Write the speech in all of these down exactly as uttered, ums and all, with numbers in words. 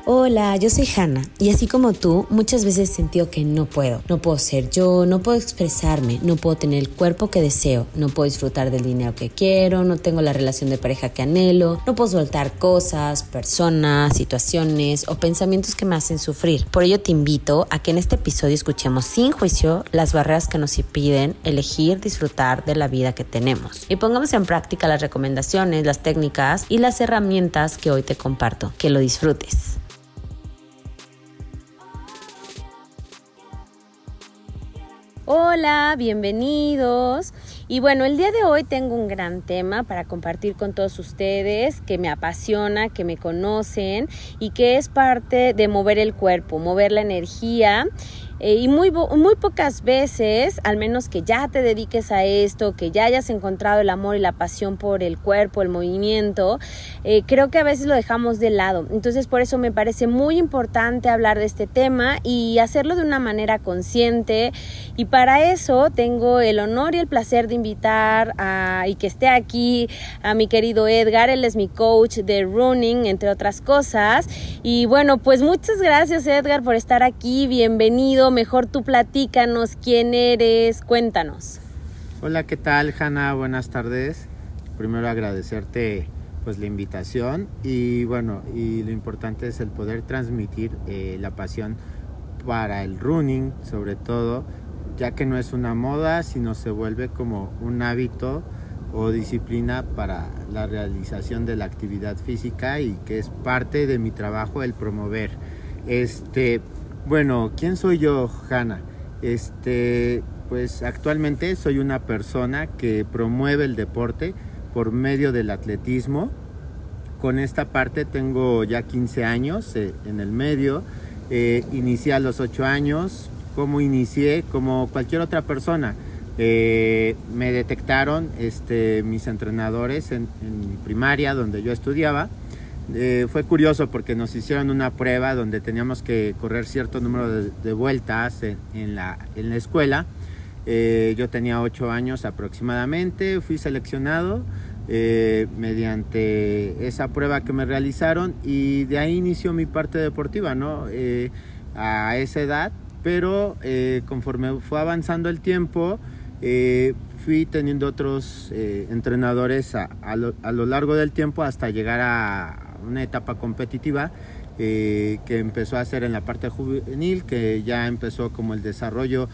Hola, yo soy Hanna y así como tú, muchas veces he sentido que no puedo. No puedo ser yo, no puedo expresarme, no puedo tener el cuerpo que deseo, no puedo disfrutar del dinero que quiero, no tengo la relación de pareja que anhelo, no puedo soltar cosas, personas, situaciones o pensamientos que me hacen sufrir. Por ello te invito a que en este episodio escuchemos sin juicio las barreras que nos impiden elegir disfrutar de la vida que tenemos y pongamos en práctica las recomendaciones, las técnicas y las herramientas que hoy te comparto. Que lo disfrutes. Hola, bienvenidos. Y bueno, el día de hoy tengo un gran tema para compartir con todos ustedes que me apasiona, que me conocen y que es parte de mover el cuerpo, mover la energía. Eh, y muy, muy pocas veces, al menos que ya te dediques a esto, que ya hayas encontrado el amor y la pasión por el cuerpo, el movimiento, eh, creo que a veces lo dejamos de lado. Entonces por eso me parece muy importante hablar de este tema y hacerlo de una manera consciente. Y para eso tengo el honor y el placer de invitar a, y que esté aquí a mi querido Edgar. Él es mi coach de running, entre otras cosas. Y bueno, pues muchas gracias, Edgar, por estar aquí. Bienvenido. Mejor tú platícanos quién eres, cuéntanos. Hola, ¿qué tal, Hanna? Buenas tardes. Primero agradecerte pues la invitación y bueno, y lo importante es el poder transmitir eh, la pasión para el running, sobre todo, ya que no es una moda, sino se vuelve como un hábito o disciplina para la realización de la actividad física y que es parte de mi trabajo el promover. Este, bueno, ¿quién soy yo, Hanna? Este, pues actualmente soy una persona que promueve el deporte por medio del atletismo. Con esta parte tengo ya quince años eh, en el medio. Eh, inicié a los ocho años. ¿Cómo inicié? Como cualquier otra persona. Eh, me detectaron este, mis entrenadores en, en mi primaria, donde yo estudiaba. Eh, fue curioso porque nos hicieron una prueba donde teníamos que correr cierto número de, de vueltas en, en, la, en la escuela. Eh, yo tenía ocho años aproximadamente, fui seleccionado eh, mediante esa prueba que me realizaron y de ahí inició mi parte deportiva, ¿no? Eh, a esa edad, pero eh, conforme fue avanzando el tiempo, eh, fui teniendo otros eh, entrenadores a, a, lo, a lo largo del tiempo hasta llegar a una etapa competitiva eh, que empezó a ser en la parte juvenil, que ya empezó como el desarrollo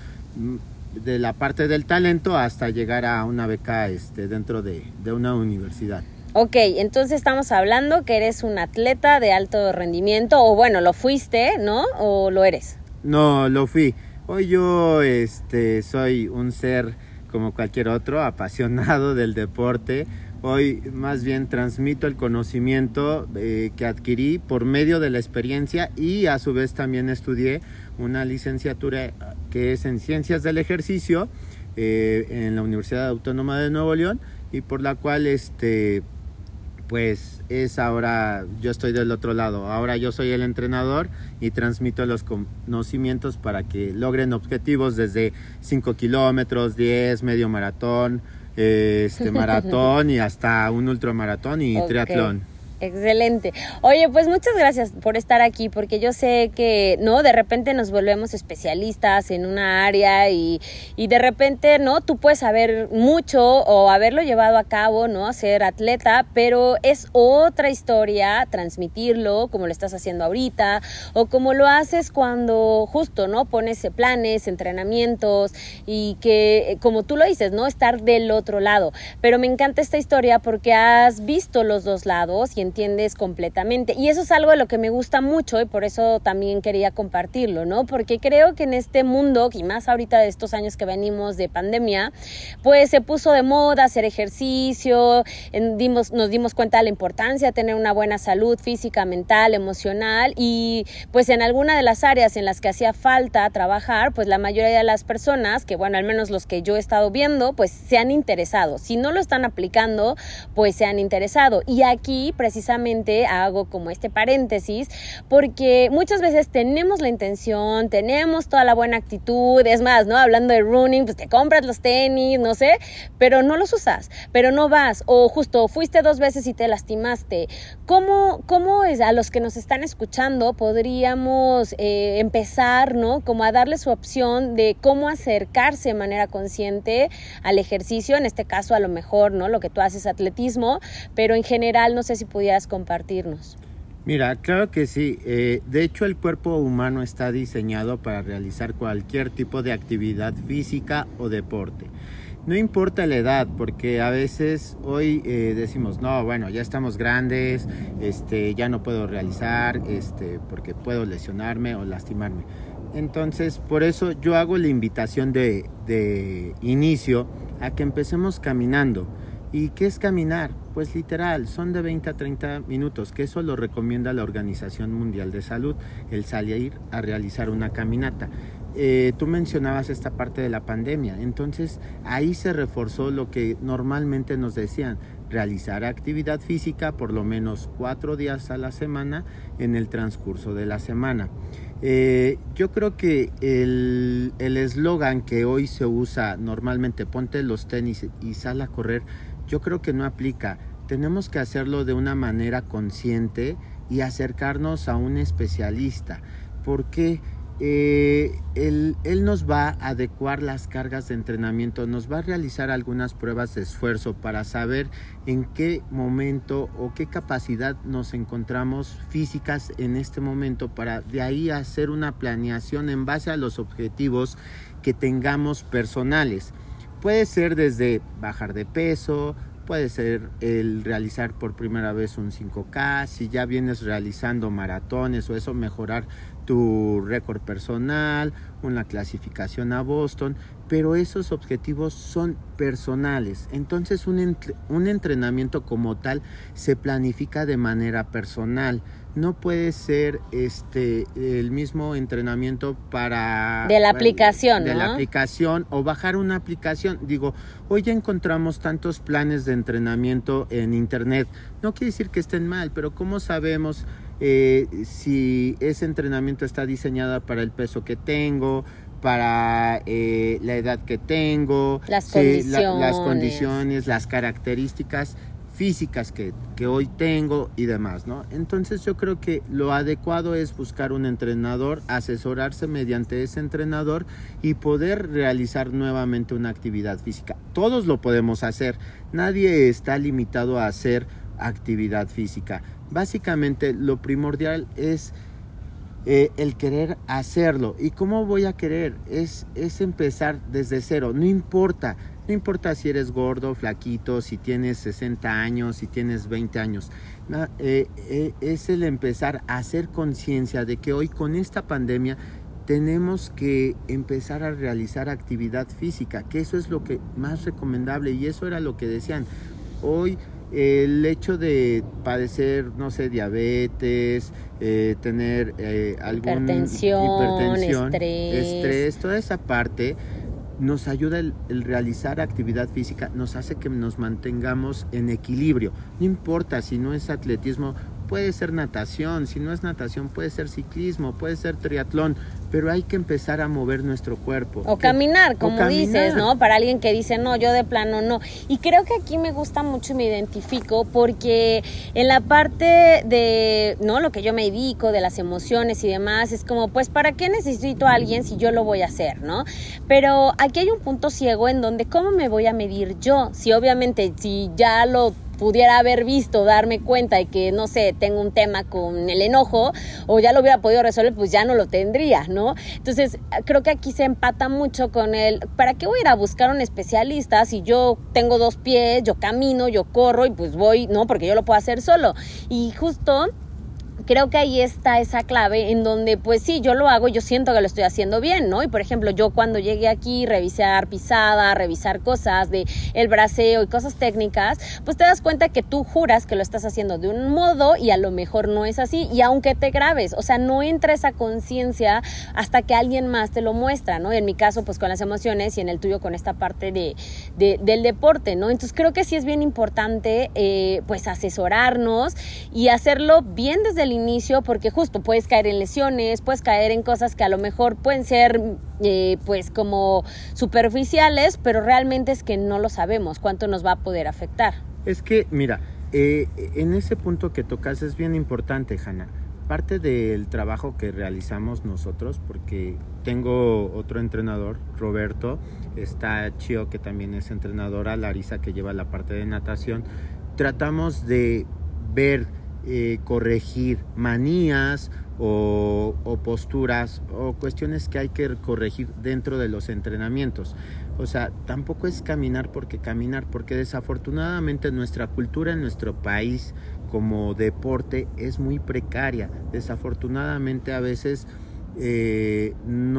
de la parte del talento hasta llegar a una beca este, dentro de, de una universidad. Ok, entonces estamos hablando que eres un atleta de alto rendimiento, o bueno, lo fuiste, ¿no? ¿O lo eres? No, lo fui. Hoy yo este, soy un ser como cualquier otro, apasionado del deporte. Hoy más bien transmito el conocimiento eh, que adquirí por medio de la experiencia y a su vez también estudié una licenciatura que es en Ciencias del Ejercicio eh, en la Universidad Autónoma de Nuevo León y por la cual este pues es ahora, yo estoy del otro lado, ahora yo soy el entrenador y transmito los conocimientos para que logren objetivos desde cinco kilómetros, diez, medio maratón, este maratón y hasta un ultramaratón y okay. Triatlón. Excelente. Oye, pues muchas gracias por estar aquí, porque yo sé que, ¿no? De repente nos volvemos especialistas en una área y, y de repente, ¿no? Tú puedes saber mucho o haberlo llevado a cabo, ¿no? Ser atleta, pero es otra historia transmitirlo como lo estás haciendo ahorita o como lo haces cuando justo, ¿no? Pones planes, entrenamientos y que, como tú lo dices, ¿no? Estar del otro lado. Pero me encanta esta historia porque has visto los dos lados y entiendes completamente y eso es algo de lo que me gusta mucho y por eso también quería compartirlo, ¿no? Porque creo que en este mundo y más ahorita de estos años que venimos de pandemia, pues se puso de moda hacer ejercicio, en, dimos, nos dimos cuenta de la importancia de tener una buena salud física, mental, emocional y pues en alguna de las áreas en las que hacía falta trabajar, pues la mayoría de las personas, que bueno, al menos los que yo he estado viendo, pues se han interesado, si no lo están aplicando, pues se han interesado y aquí precisamente precisamente hago como este paréntesis, porque muchas veces tenemos la intención, tenemos toda la buena actitud, es más, ¿no? Hablando de running, pues te compras los tenis, no sé, pero no los usas, pero no vas, o justo fuiste dos veces y te lastimaste. ¿Cómo, cómo es a los que nos están escuchando podríamos eh, empezar, ¿no? Como a darles su opción de cómo acercarse de manera consciente al ejercicio, en este caso a lo mejor, ¿no? Lo que tú haces atletismo, pero en general no sé si pudieras compartirnos. Mira, claro que sí. Eh, de hecho, el cuerpo humano está diseñado para realizar cualquier tipo de actividad física o deporte. No importa la edad, porque a veces hoy eh, decimos, no, bueno, ya estamos grandes, este, ya no puedo realizar, este, porque puedo lesionarme o lastimarme. Entonces, por eso yo hago la invitación de, de inicio a que empecemos caminando. ¿Y qué es caminar? Pues literal, son de veinte a treinta minutos, que eso lo recomienda la Organización Mundial de Salud, el salir a realizar una caminata. Eh, tú mencionabas esta parte de la pandemia, entonces ahí se reforzó lo que normalmente nos decían, realizar actividad física por lo menos cuatro días a la semana en el transcurso de la semana. Eh, yo creo que el eslogan que hoy se usa normalmente, ponte los tenis y sal a correr, yo creo que no aplica. Tenemos que hacerlo de una manera consciente y acercarnos a un especialista, porque eh, él, él nos va a adecuar las cargas de entrenamiento, nos va a realizar algunas pruebas de esfuerzo para saber en qué momento o qué capacidad nos encontramos físicas en este momento, para de ahí hacer una planeación en base a los objetivos que tengamos personales. Puede ser desde bajar de peso, puede ser el realizar por primera vez un cinco K, si ya vienes realizando maratones o eso, mejorar tu récord personal, una clasificación a Boston, pero esos objetivos son personales. Entonces un, entre, un entrenamiento como tal se planifica de manera personal. No puede ser este el mismo entrenamiento para... De la aplicación, De ¿no? la aplicación o bajar una aplicación. Digo, hoy ya encontramos tantos planes de entrenamiento en internet. No quiere decir que estén mal, pero ¿cómo sabemos eh, si ese entrenamiento está diseñado para el peso que tengo, para eh, la edad que tengo, las sí, condiciones, la, las condiciones, las características físicas que, que hoy tengo y demás, ¿no? Entonces yo creo que lo adecuado es buscar un entrenador, asesorarse mediante ese entrenador y poder realizar nuevamente una actividad física. Todos lo podemos hacer, nadie está limitado a hacer actividad física. Básicamente lo primordial es Eh, el querer hacerlo. ¿Y cómo voy a querer? Es, es empezar desde cero. No importa, no importa si eres gordo, flaquito, si tienes sesenta años, si tienes veinte años. No, eh, eh, es el empezar a hacer conciencia de que hoy con esta pandemia tenemos que empezar a realizar actividad física, que eso es lo que más recomendable, y eso era lo que decían. Hoy el hecho de padecer, no sé, diabetes, eh, tener eh, alguna hipertensión, hipertensión estrés. estrés, toda esa parte nos ayuda el, el realizar actividad física, nos hace que nos mantengamos en equilibrio. No importa si no es atletismo, puede ser natación, si no es natación puede ser ciclismo, puede ser triatlón, pero hay que empezar a mover nuestro cuerpo. O caminar, como o caminar. dices, ¿no? Para alguien que dice, no, yo de plano no. Y creo que aquí me gusta mucho y me identifico porque en la parte de, ¿no? Lo que yo me dedico, de las emociones y demás, es como, pues, ¿para qué necesito a alguien si yo lo voy a hacer, ¿no? Pero aquí hay un punto ciego en donde, ¿cómo me voy a medir yo? Si obviamente, si ya lo pudiera haber visto, darme cuenta de que, no sé, tengo un tema con el enojo, o ya lo hubiera podido resolver, pues ya no lo tendría, ¿no? Entonces, creo que aquí se empata mucho con el, ¿para qué voy a ir a buscar un especialista si yo tengo dos pies, yo camino, yo corro y pues voy, ¿no? Porque yo lo puedo hacer solo. Y justo creo que ahí está esa clave en donde, pues sí, yo lo hago, yo siento que lo estoy haciendo bien, ¿no? Y por ejemplo, yo cuando llegué aquí, revisar pisada, revisar cosas de el braceo y cosas técnicas, pues te das cuenta que tú juras que lo estás haciendo de un modo y a lo mejor no es así, y aunque te grabes, o sea, no entra esa conciencia hasta que alguien más te lo muestra, ¿no? Y en mi caso, pues con las emociones, y en el tuyo con esta parte de, de del deporte, ¿no? Entonces creo que sí es bien importante, eh, pues asesorarnos y hacerlo bien desde el inicio, porque justo puedes caer en lesiones, puedes caer en cosas que a lo mejor pueden ser eh, pues como superficiales, pero realmente es que no lo sabemos cuánto nos va a poder afectar. Es que, mira, eh, en ese punto que tocas es bien importante, Hanna. Parte del trabajo que realizamos nosotros, porque tengo otro entrenador, Roberto, está Chio, que también es entrenadora, Larisa, que lleva la parte de natación, tratamos de ver, Eh, corregir manías o, o posturas o cuestiones que hay que corregir dentro de los entrenamientos. O sea, tampoco es caminar porque caminar, porque desafortunadamente nuestra cultura en nuestro país como deporte es muy precaria. Desafortunadamente a veces eh,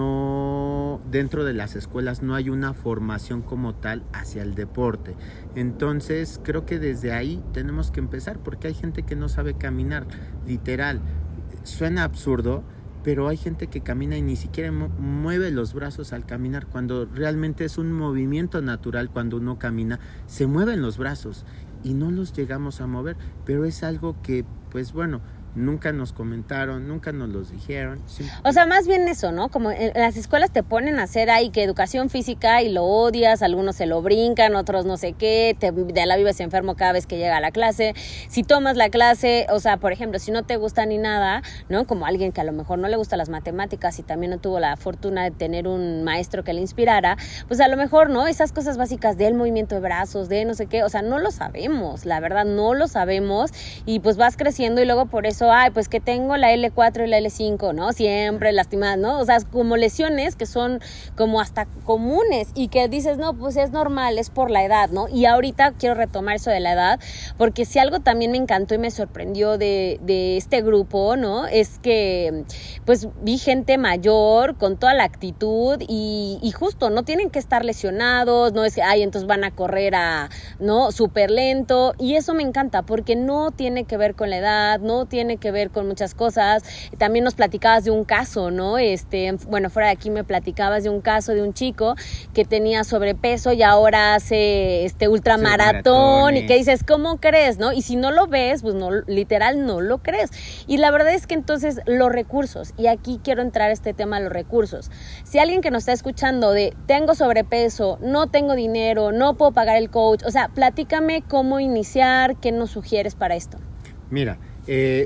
no, dentro de las escuelas no hay una formación como tal hacia el deporte. Entonces creo que desde ahí tenemos que empezar, porque hay gente que no sabe caminar, literal, suena absurdo, pero hay gente que camina y ni siquiera mueve los brazos al caminar, cuando realmente es un movimiento natural. Cuando uno camina se mueven los brazos y no los llegamos a mover, pero es algo que, pues bueno, nunca nos comentaron, nunca nos los dijeron. Sí. O sea, más bien eso, ¿no? Como en las escuelas te ponen a hacer ahí que educación física y lo odias, algunos se lo brincan, otros no sé qué, te, de la vives enfermo cada vez que llega a la clase. Si tomas la clase, o sea, por ejemplo, si no te gusta ni nada, ¿no? Como alguien que a lo mejor no le gusta las matemáticas y también no tuvo la fortuna de tener un maestro que le inspirara, pues a lo mejor, ¿no? Esas cosas básicas del movimiento de brazos, de no sé qué, o sea, no lo sabemos, la verdad, no lo sabemos, y pues vas creciendo y luego por eso ay, pues que tengo la ele cuatro y la ele cinco, ¿no? Siempre lastimadas, ¿no? O sea, como lesiones que son como hasta comunes y que dices, no, pues es normal, es por la edad, ¿no? Y ahorita quiero retomar eso de la edad, porque si algo también me encantó y me sorprendió de, de este grupo, ¿no? Es que, pues, vi gente mayor con toda la actitud y, y justo, no tienen que estar lesionados, no es que, ay, entonces van a correr a, ¿no? Súper lento, y eso me encanta, porque no tiene que ver con la edad, no tiene que ver con muchas cosas. También nos platicabas de un caso, ¿no? Este, bueno, fuera de aquí me platicabas de un caso de un chico que tenía sobrepeso y ahora hace este ultramaratón, sí, y que dices, ¿cómo crees, no? Y si no lo ves, pues no, literal no lo crees. Y la verdad es que entonces los recursos, y aquí quiero entrar a este tema de los recursos. Si alguien que nos está escuchando de tengo sobrepeso, no tengo dinero, no puedo pagar el coach, o sea, platícame cómo iniciar, qué nos sugieres para esto. Mira, eh,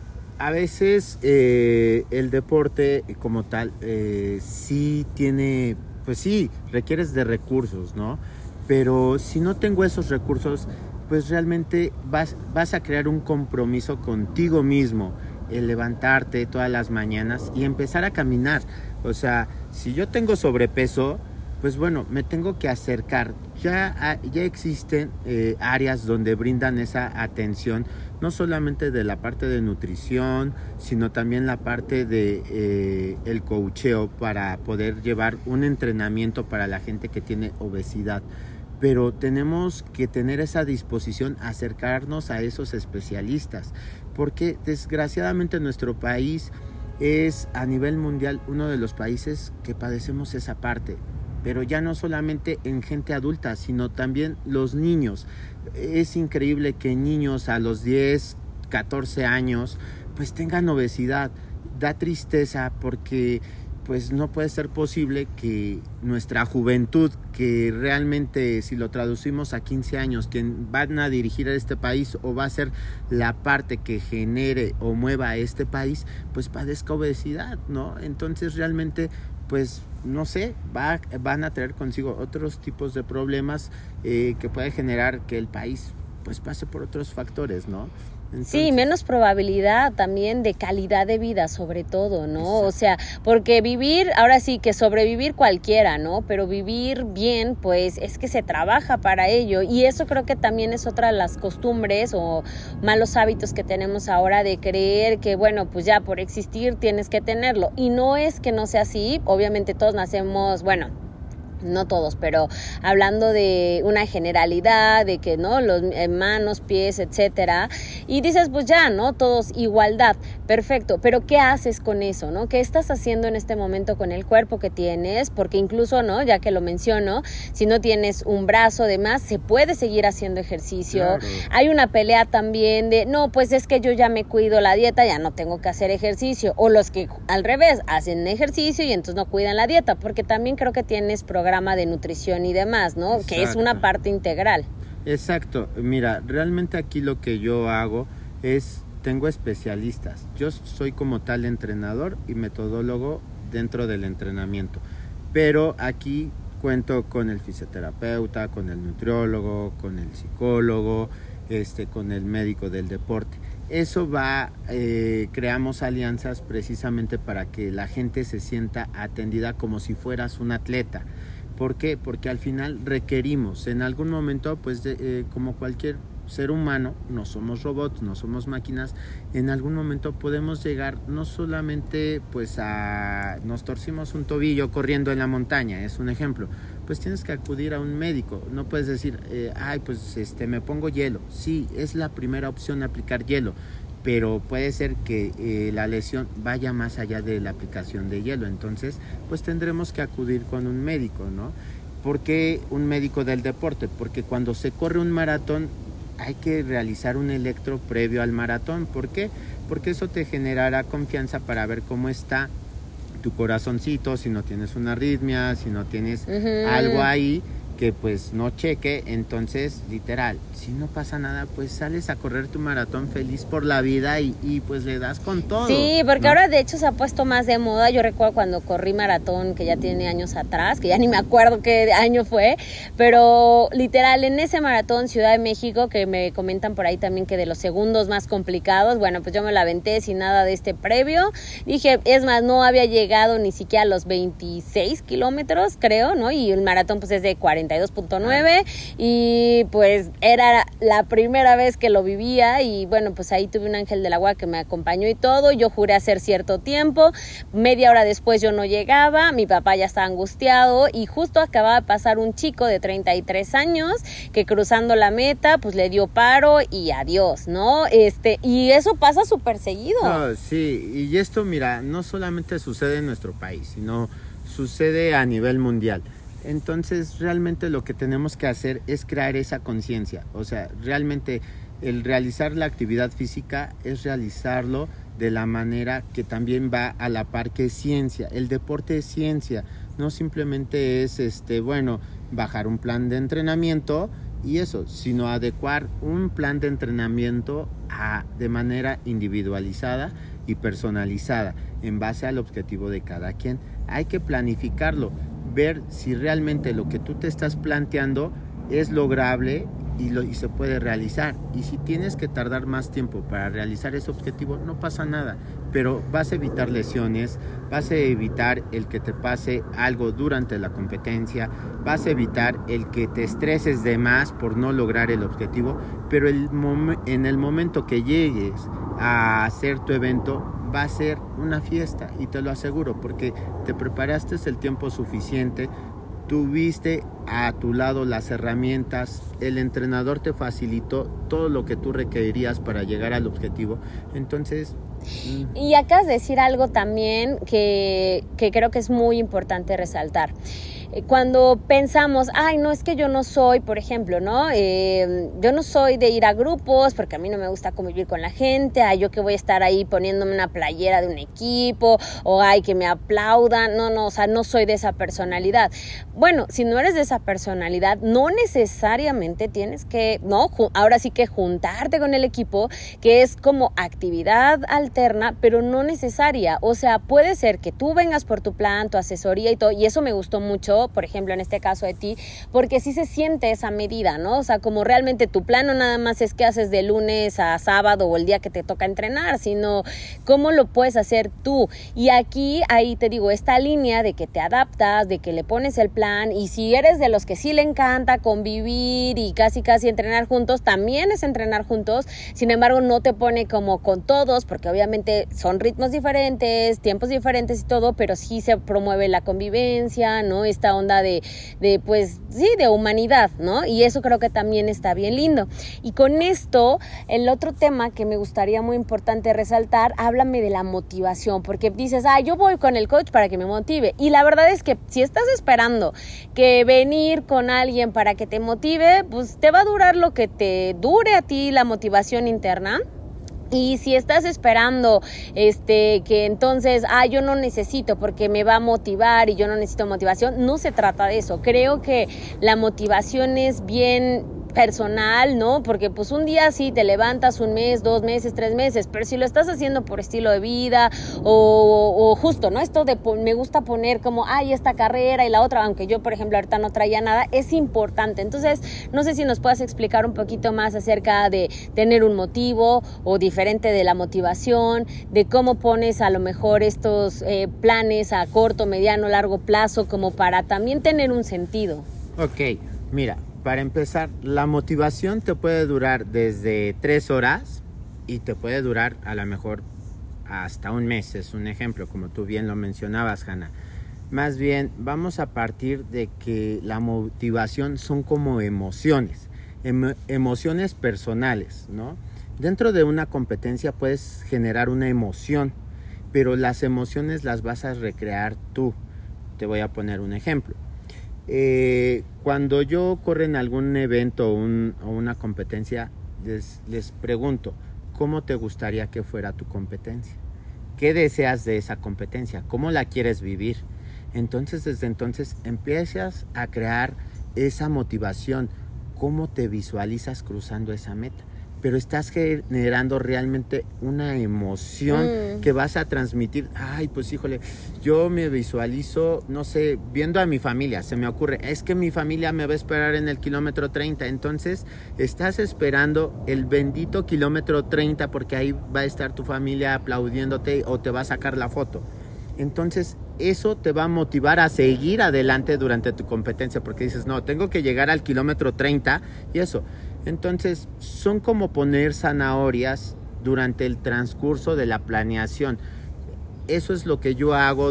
a veces eh, el deporte como tal eh, sí tiene, pues sí, requieres de recursos, ¿no? Pero si no tengo esos recursos, pues realmente vas, vas a crear un compromiso contigo mismo, el levantarte todas las mañanas y empezar a caminar. O sea, si yo tengo sobrepeso, pues bueno, me tengo que acercar. Ya, ya existen eh, áreas donde brindan esa atención, no solamente de la parte de nutrición, sino también la parte de eh, el coacheo para poder llevar un entrenamiento para la gente que tiene obesidad. Pero tenemos que tener esa disposición, acercarnos a esos especialistas, porque desgraciadamente nuestro país es a nivel mundial uno de los países que padecemos esa parte. Pero ya no solamente en gente adulta, sino también los niños. Es increíble que niños a los diez, catorce años pues tengan obesidad. Da tristeza porque pues no puede ser posible que nuestra juventud, que realmente si lo traducimos a quince años, quien van a dirigir a este país o va a ser la parte que genere o mueva a este país, pues padezca obesidad, ¿no? Entonces realmente pues no sé, va, van a traer consigo otros tipos de problemas eh, que puede generar que el país pues pase por otros factores, ¿no? Entonces, sí, menos probabilidad también de calidad de vida, sobre todo, ¿no? Exacto. O sea, porque vivir, ahora sí que sobrevivir cualquiera, ¿no? Pero vivir bien, pues es que se trabaja para ello. Y eso creo que también es otra de las costumbres o malos hábitos que tenemos ahora de creer que, bueno, pues ya por existir tienes que tenerlo. Y no es que no sea así, obviamente todos nacemos, bueno, no todos, pero hablando de una generalidad, de que, ¿no? Los eh, manos, pies, etcétera, y dices, pues ya, ¿no? Todos igualdad, perfecto, pero ¿qué haces con eso, no? ¿Qué estás haciendo en este momento con el cuerpo que tienes? Porque incluso, ¿no? Ya que lo menciono, si no tienes un brazo de más, se puede seguir haciendo ejercicio. Claro. Hay una pelea también de, no, pues es que yo ya me cuido la dieta, ya no tengo que hacer ejercicio, o los que al revés, hacen ejercicio y entonces no cuidan la dieta, porque también creo que tienes programas de nutrición y demás, ¿no? Exacto. Que es una parte integral. Exacto, mira, realmente aquí lo que yo hago es, tengo especialistas, yo soy como tal entrenador y metodólogo dentro del entrenamiento, pero aquí cuento con el fisioterapeuta, con el nutriólogo, con el psicólogo, este, con el médico del deporte. Eso va, eh, creamos alianzas precisamente para que la gente se sienta atendida como si fueras un atleta. ¿Por qué? Porque al final requerimos, en algún momento, pues de, eh, como cualquier ser humano, no somos robots, no somos máquinas, en algún momento podemos llegar no solamente pues a, nos torcimos un tobillo corriendo en la montaña, es un ejemplo, pues tienes que acudir a un médico, no puedes decir, eh, ay pues este me pongo hielo, sí, es la primera opción aplicar hielo, pero puede ser que eh, la lesión vaya más allá de la aplicación de hielo, entonces pues tendremos que acudir con un médico, ¿no? ¿Por qué un médico del deporte? Porque cuando se corre un maratón hay que realizar un electro previo al maratón, ¿por qué? Porque eso te generará confianza para ver cómo está tu corazoncito, si no tienes una arritmia, si no tienes uh-huh. algo ahí que pues no cheque, entonces literal, si no pasa nada, pues sales a correr tu maratón feliz por la vida y, y pues le das con todo. Sí, porque ¿no? ahora de hecho se ha puesto más de moda. Yo recuerdo cuando corrí maratón, que ya tiene años atrás, que ya ni me acuerdo qué año fue, pero literal en ese maratón Ciudad de México, que me comentan por ahí también que de los segundos más complicados, bueno, pues yo me la aventé sin nada de este previo, dije, es más, no había llegado ni siquiera a los veintiséis kilómetros, creo, ¿no? Y el maratón pues es de cuarenta y dos punto nueve ah. y pues era la primera vez que lo vivía y bueno, pues ahí tuve un ángel del agua que me acompañó y todo, yo juré hacer cierto tiempo, media hora después yo no llegaba, mi papá ya estaba angustiado y justo acababa de pasar un chico de treinta y tres años que cruzando la meta pues le dio paro y adiós, ¿no? Este, y eso pasa súper seguido. No, sí, y esto mira, no solamente sucede en nuestro país, sino sucede a nivel mundial. Entonces realmente lo que tenemos que hacer es crear esa conciencia, o sea, realmente el realizar la actividad física es realizarlo de la manera que también va a la par que es ciencia, el deporte es ciencia, no simplemente es este, bueno, bajar un plan de entrenamiento y eso, sino adecuar un plan de entrenamiento a, de manera individualizada y personalizada en base al objetivo de cada quien. Hay que planificarlo, ver si realmente lo que tú te estás planteando es lograble y, lo, y se puede realizar. Y si tienes que tardar más tiempo para realizar ese objetivo, no pasa nada, pero vas a evitar lesiones, vas a evitar el que te pase algo durante la competencia, vas a evitar el que te estreses de más por no lograr el objetivo, pero el mom- en el momento que llegues a hacer tu evento, va a ser una fiesta y te lo aseguro porque te preparaste el tiempo suficiente, tuviste a tu lado las herramientas, el entrenador te facilitó todo lo que tú requerirías para llegar al objetivo, entonces... Y acabas de decir algo también que, que creo que es muy importante resaltar. Cuando pensamos, ay, no, es que yo no soy, por ejemplo, ¿no? Eh, yo no soy de ir a grupos porque a mí no me gusta convivir con la gente, ay, yo que voy a estar ahí poniéndome una playera de un equipo, o ay, que me aplaudan, no, no, o sea, no soy de esa personalidad. Bueno, si no eres de esa personalidad, no necesariamente tienes que, ¿no? Ahora sí que juntarte con el equipo, que es como actividad alternativa, eterna, pero no necesaria. O sea, puede ser que tú vengas por tu plan, tu asesoría y todo, y eso me gustó mucho, por ejemplo, en este caso de ti, porque sí se siente esa medida, ¿no? O sea, como realmente tu plan no nada más es qué haces de lunes a sábado o el día que te toca entrenar, sino cómo lo puedes hacer tú. Y aquí, ahí te digo, esta línea de que te adaptas, de que le pones el plan, y si eres de los que sí le encanta convivir y casi casi entrenar juntos, también es entrenar juntos. Sin embargo, no te pone como con todos, porque obviamente son ritmos diferentes, tiempos diferentes y todo, pero sí se promueve la convivencia, ¿no? Esta onda de, de pues, sí, de humanidad, ¿no? Y eso creo que también está bien lindo. Y con esto, el otro tema que me gustaría muy importante resaltar, háblame de la motivación, porque dices, ah, yo voy con el coach para que me motive. Y la verdad es que si estás esperando que venir con alguien para que te motive, pues te va a durar lo que te dure a ti la motivación interna. Y si estás esperando este que entonces, ah, yo no necesito porque me va a motivar y yo no necesito motivación, no se trata de eso. Creo que la motivación es bien personal, ¿no? Porque pues un día sí te levantas un mes, dos meses, tres meses, pero si lo estás haciendo por estilo de vida o, o justo, ¿no? Esto de me gusta poner como, ay, esta carrera y la otra, aunque yo, por ejemplo, ahorita no traía nada, es importante. Entonces, no sé si nos puedas explicar un poquito más acerca de tener un motivo o diferente de la motivación, de cómo pones a lo mejor estos eh, planes a corto, mediano, largo plazo, como para también tener un sentido. Ok, mira, para empezar, la motivación te puede durar desde tres horas y te puede durar a lo mejor hasta un mes, es un ejemplo, como tú bien lo mencionabas, Hanna. Más bien, vamos a partir de que la motivación son como emociones, em- emociones personales, ¿no? Dentro de una competencia puedes generar una emoción, pero las emociones las vas a recrear tú. Te voy a poner un ejemplo. Eh, cuando yo corro en algún evento o, un, o una competencia, les, les pregunto, ¿cómo te gustaría que fuera tu competencia? ¿Qué deseas de esa competencia? ¿Cómo la quieres vivir? Entonces, desde entonces, empiezas a crear esa motivación. ¿Cómo te visualizas cruzando esa meta? Pero estás generando realmente una emoción mm. que vas a transmitir. Ay, pues híjole, yo me visualizo, no sé, viendo a mi familia, se me ocurre, es que mi familia me va a esperar en el kilómetro treinta, entonces estás esperando el bendito kilómetro treinta porque ahí va a estar tu familia aplaudiéndote o te va a sacar la foto. Entonces, eso te va a motivar a seguir adelante durante tu competencia, porque dices, no, tengo que llegar al kilómetro treinta y eso. Entonces, son como poner zanahorias durante el transcurso de la planeación. Eso es lo que yo hago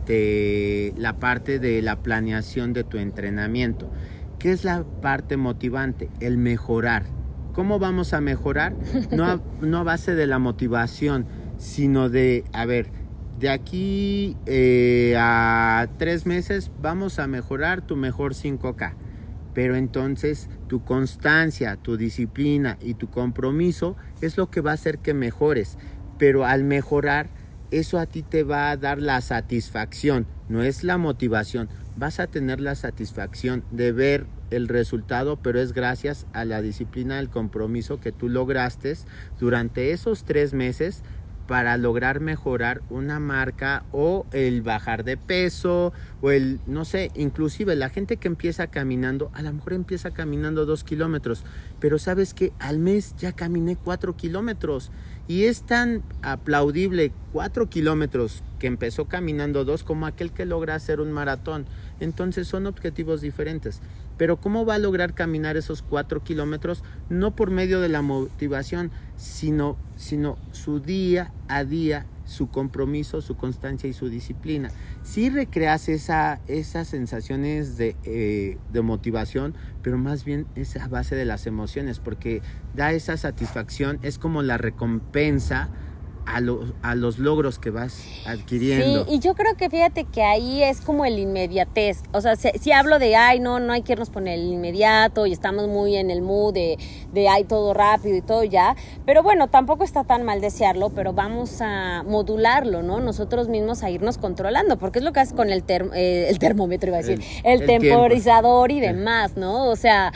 durante la parte de la planeación de tu entrenamiento. ¿Qué es la parte motivante? El mejorar. ¿Cómo vamos a mejorar? No a, no a base de la motivación, sino de, a ver, de aquí eh, a tres meses vamos a mejorar tu mejor cinco K. Pero entonces tu constancia, tu disciplina y tu compromiso es lo que va a hacer que mejores. Pero al mejorar, eso a ti te va a dar la satisfacción, no es la motivación. Vas a tener la satisfacción de ver el resultado, pero es gracias a la disciplina, el compromiso que tú lograste durante esos tres meses para lograr mejorar una marca o el bajar de peso o el, no sé, inclusive la gente que empieza caminando, a lo mejor empieza caminando dos kilómetros, pero sabes que al mes ya caminé cuatro kilómetros y es tan aplaudible cuatro kilómetros que empezó caminando dos como aquel que logra hacer un maratón. Entonces son objetivos diferentes. Pero ¿cómo va a lograr caminar esos cuatro kilómetros? No por medio de la motivación, sino, sino su día a día, su compromiso, su constancia y su disciplina. Sí recreas esa, esas sensaciones de, eh, de motivación, pero más bien es a base de las emociones, porque da esa satisfacción, es como la recompensa A, lo, a los logros que vas adquiriendo. Sí, y yo creo que fíjate que ahí es como el inmediatez, o sea, si, si hablo de, ay, no, no hay que irnos por el inmediato y estamos muy en el mood de, de, ay, todo rápido y todo ya, pero bueno, tampoco está tan mal desearlo, pero vamos a modularlo, ¿no? Nosotros mismos a irnos controlando, porque es lo que haces con el, term, eh, el termómetro, iba a decir, el, el, el temporizador tiempo. Y demás, ¿no? O sea,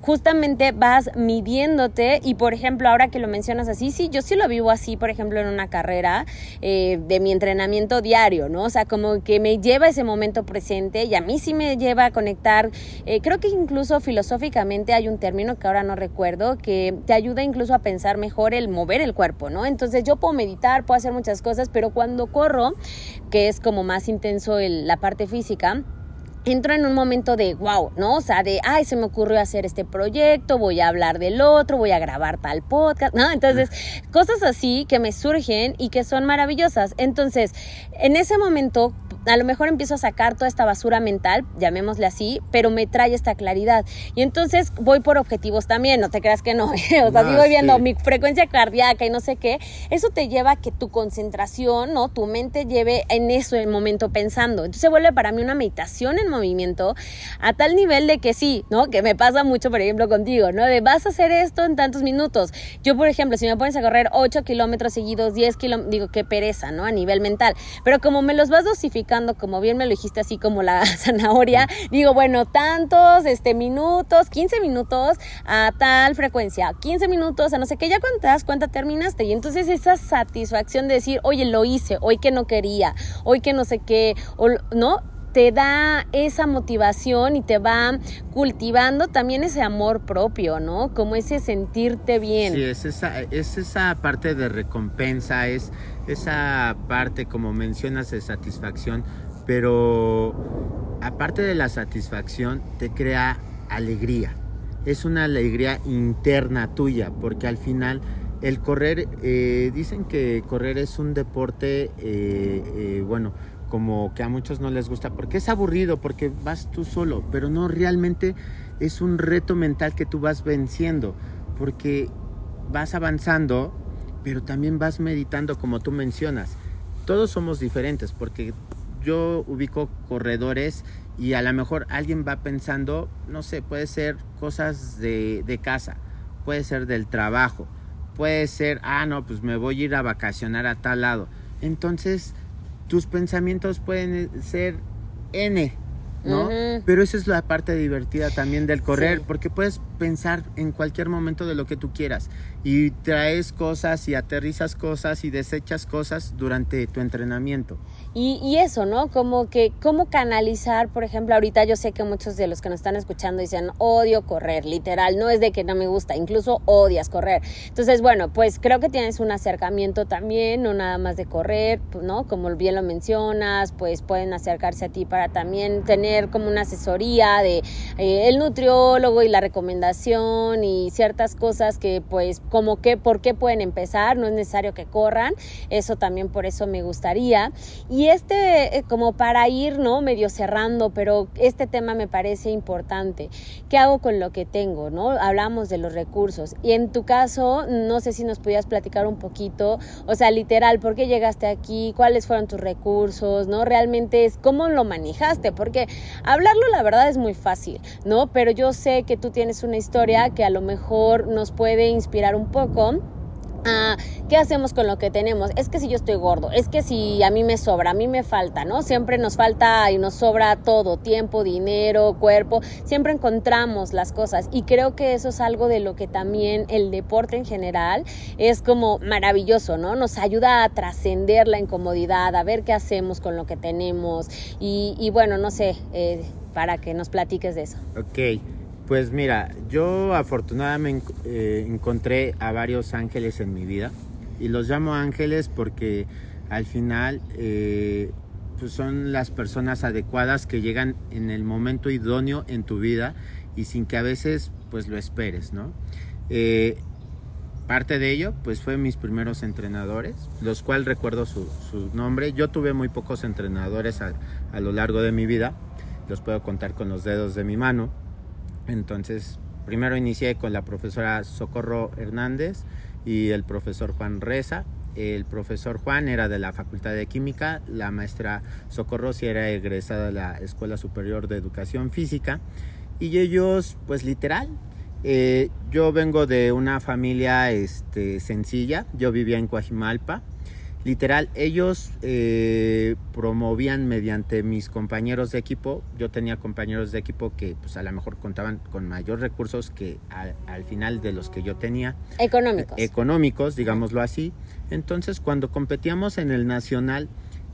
justamente vas midiéndote y, por ejemplo, ahora que lo mencionas así, sí, yo sí lo vivo así, por ejemplo, en una carrera eh, de mi entrenamiento diario, ¿no? O sea, como que me lleva ese momento presente y a mí sí me lleva a conectar, eh, creo que incluso filosóficamente hay un término que ahora no recuerdo, que te ayuda incluso a pensar mejor el mover el cuerpo, ¿no? Entonces yo puedo meditar, puedo hacer muchas cosas, pero cuando corro, que es como más intenso el, la parte física, entro en un momento de wow, ¿no? O sea, de, ay, se me ocurrió hacer este proyecto, voy a hablar del otro, voy a grabar tal podcast, ¿no? Entonces, cosas así que me surgen y que son maravillosas. Entonces, en ese momento, a lo mejor empiezo a sacar toda esta basura mental, llamémosle así, pero me trae esta claridad. Y entonces voy por objetivos también, no te creas que no. O sea, no, sigo viendo sí. mi frecuencia cardíaca y no sé qué. Eso te lleva a que tu concentración, ¿no? Tu mente lleve en eso el momento pensando. Entonces se vuelve para mí una meditación en movimiento a tal nivel de que sí, ¿no? Que me pasa mucho, por ejemplo, contigo, ¿no? De vas a hacer esto en tantos minutos. Yo, por ejemplo, si me pones a correr ocho kilómetros seguidos, diez kilómetros, digo, qué pereza, ¿no? A nivel mental. Pero como me los vas dosificando, como bien me lo dijiste, así como la zanahoria, digo, bueno, tantos este, minutos, quince minutos a tal frecuencia, quince minutos a no sé qué, ya cuando te das cuenta terminaste. Y entonces esa satisfacción de decir, oye, lo hice, hoy que no quería, hoy que no sé qué, o, ¿no? Te da esa motivación y te va cultivando también ese amor propio, ¿no? Como ese sentirte bien. Sí, es esa, es esa parte de recompensa, es esa parte, como mencionas, de satisfacción, pero aparte de la satisfacción, te crea alegría. Es una alegría interna tuya, porque al final el correr, eh, dicen que correr es un deporte, eh, eh, bueno, como que a muchos no les gusta, porque es aburrido, porque vas tú solo, pero no, realmente es un reto mental que tú vas venciendo, porque vas avanzando, pero también vas meditando, como tú mencionas. Todos somos diferentes, porque yo ubico corredores y a lo mejor alguien va pensando, no sé, puede ser cosas de, de casa, puede ser del trabajo, puede ser, ah, no, pues me voy a ir a vacacionar a tal lado. Entonces, tus pensamientos pueden ser N, ¿no? Uh-huh. Pero esa es la parte divertida también del correr, sí. Porque puedes pensar en cualquier momento de lo que tú quieras y traes cosas y aterrizas cosas y desechas cosas durante tu entrenamiento. Y, y eso, ¿no? Como que, ¿cómo canalizar? Por ejemplo, ahorita yo sé que muchos de los que nos están escuchando dicen, odio correr, literal, no es de que no me gusta, incluso odias correr. Entonces, bueno, pues creo que tienes un acercamiento también, no nada más de correr, ¿no? Como bien lo mencionas, pues pueden acercarse a ti para también tener como una asesoría de eh, el nutriólogo y la recomendación y ciertas cosas que, pues, como que, ¿por qué pueden empezar? No es necesario que corran, eso también por eso me gustaría. Y este, eh, como para ir, ¿no? Medio cerrando, pero este tema me parece importante. ¿Qué hago con lo que tengo, no? Hablamos de los recursos. Y en tu caso, no sé si nos pudieras platicar un poquito, o sea, literal, ¿por qué llegaste aquí? ¿Cuáles fueron tus recursos? ¿No? Realmente es cómo lo manejaste, porque hablarlo, la verdad, es muy fácil, ¿no? Pero yo sé que tú tienes una historia que a lo mejor nos puede inspirar un poco. Ah, ¿qué hacemos con lo que tenemos? Es que si yo estoy gordo, es que si a mí me sobra, a mí me falta, ¿no? Siempre nos falta y nos sobra todo, tiempo, dinero, cuerpo, siempre encontramos las cosas y creo que eso es algo de lo que también el deporte en general es como maravilloso, ¿no? Nos ayuda a trascender la incomodidad, a ver qué hacemos con lo que tenemos y, y bueno, no sé, eh, para que nos platiques de eso. Ok. Pues mira, yo afortunadamente eh, encontré a varios ángeles en mi vida y los llamo ángeles porque al final eh, pues son las personas adecuadas que llegan en el momento idóneo en tu vida y sin que a veces pues lo esperes, ¿no? Eh, parte de ello pues fue mis primeros entrenadores, los cuales recuerdo su, su nombre. Yo tuve muy pocos entrenadores a, a lo largo de mi vida, los puedo contar con los dedos de mi mano. Entonces, primero inicié con la profesora Socorro Hernández y el profesor Juan Reza. El profesor Juan era de la Facultad de Química, la maestra Socorro sí era egresada de la Escuela Superior de Educación Física. Y ellos, pues literal, eh, yo vengo de una familia este, sencilla, yo vivía en Coajimalpa literal, ellos eh, promovían mediante mis compañeros de equipo. Yo tenía compañeros de equipo que pues a lo mejor contaban con mayor recursos que al, al final de los que yo tenía. Económicos. Eh, económicos, digámoslo así. Entonces, cuando competíamos en el nacional,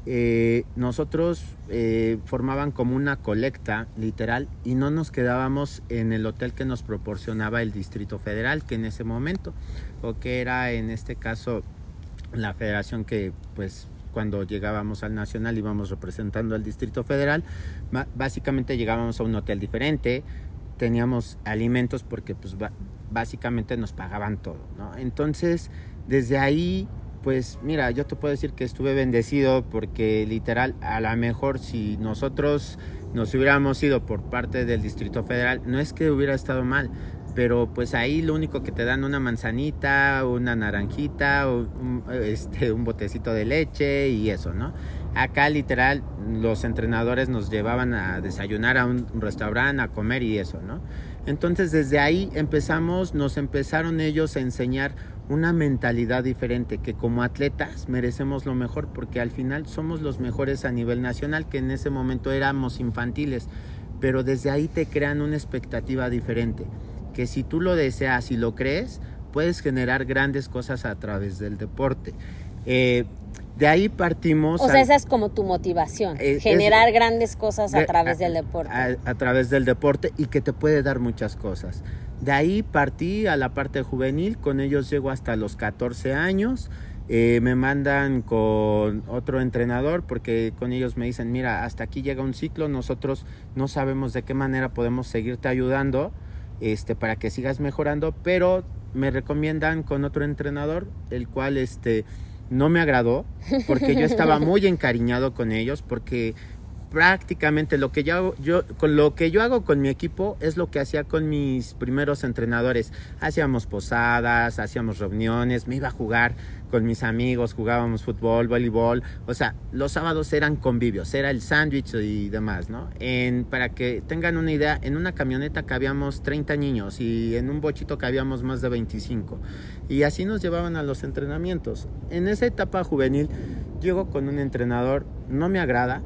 eh, nosotros eh, formaban como una colecta, literal, y no nos quedábamos en el hotel que nos proporcionaba el Distrito Federal, que en ese momento, o que era en este caso la federación que pues cuando llegábamos al nacional íbamos representando al Distrito Federal. Básicamente llegábamos a un hotel diferente, teníamos alimentos porque pues básicamente nos pagaban todo, ¿no? Entonces desde ahí pues mira, yo te puedo decir que estuve bendecido porque literal a lo mejor si nosotros nos hubiéramos ido por parte del Distrito Federal, no es que hubiera estado mal, pero pues ahí lo único que te dan una manzanita, una naranjita, un, este, un botecito de leche y eso, ¿no? Acá literal los entrenadores nos llevaban a desayunar a un restaurante, a comer y eso, ¿no? Entonces desde ahí empezamos, nos empezaron ellos a enseñar una mentalidad diferente, que como atletas merecemos lo mejor porque al final somos los mejores a nivel nacional, que en ese momento éramos infantiles, pero desde ahí te crean una expectativa diferente, que si tú lo deseas y lo crees, puedes generar grandes cosas a través del deporte. Eh, de ahí partimos... O sea, al, esa es como tu motivación, eh, generar es, grandes cosas a de, través a, del deporte. A, a través del deporte y que te puede dar muchas cosas. De ahí partí a la parte juvenil, con ellos llego hasta los catorce años. Eh, me mandan con otro entrenador porque con ellos me dicen, mira, hasta aquí llega un ciclo, nosotros no sabemos de qué manera podemos seguirte ayudando este, para que sigas mejorando, pero me recomiendan con otro entrenador, el cual este, no me agradó porque yo estaba muy encariñado con ellos, porque prácticamente lo que yo hago, yo con lo que yo hago con mi equipo es lo que hacía con mis primeros entrenadores. Hacíamos posadas, hacíamos reuniones, me iba a jugar con mis amigos, jugábamos fútbol, voleibol, o sea, los sábados eran convivios, era el sándwich y demás, ¿no? En, para que tengan una idea, en una camioneta cabíamos treinta niños y en un bochito cabíamos más de veinticinco, y así nos llevaban a los entrenamientos. En esa etapa juvenil llego con un entrenador, no me agrada,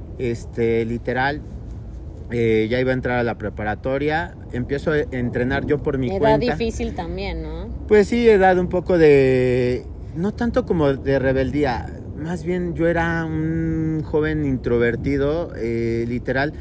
este, literal, eh, ya iba a entrar a la preparatoria, empiezo a entrenar yo por mi edad cuenta. Edad difícil también, ¿no? Pues sí, edad un poco de, no tanto como de rebeldía, más bien yo era un joven introvertido, eh, literal,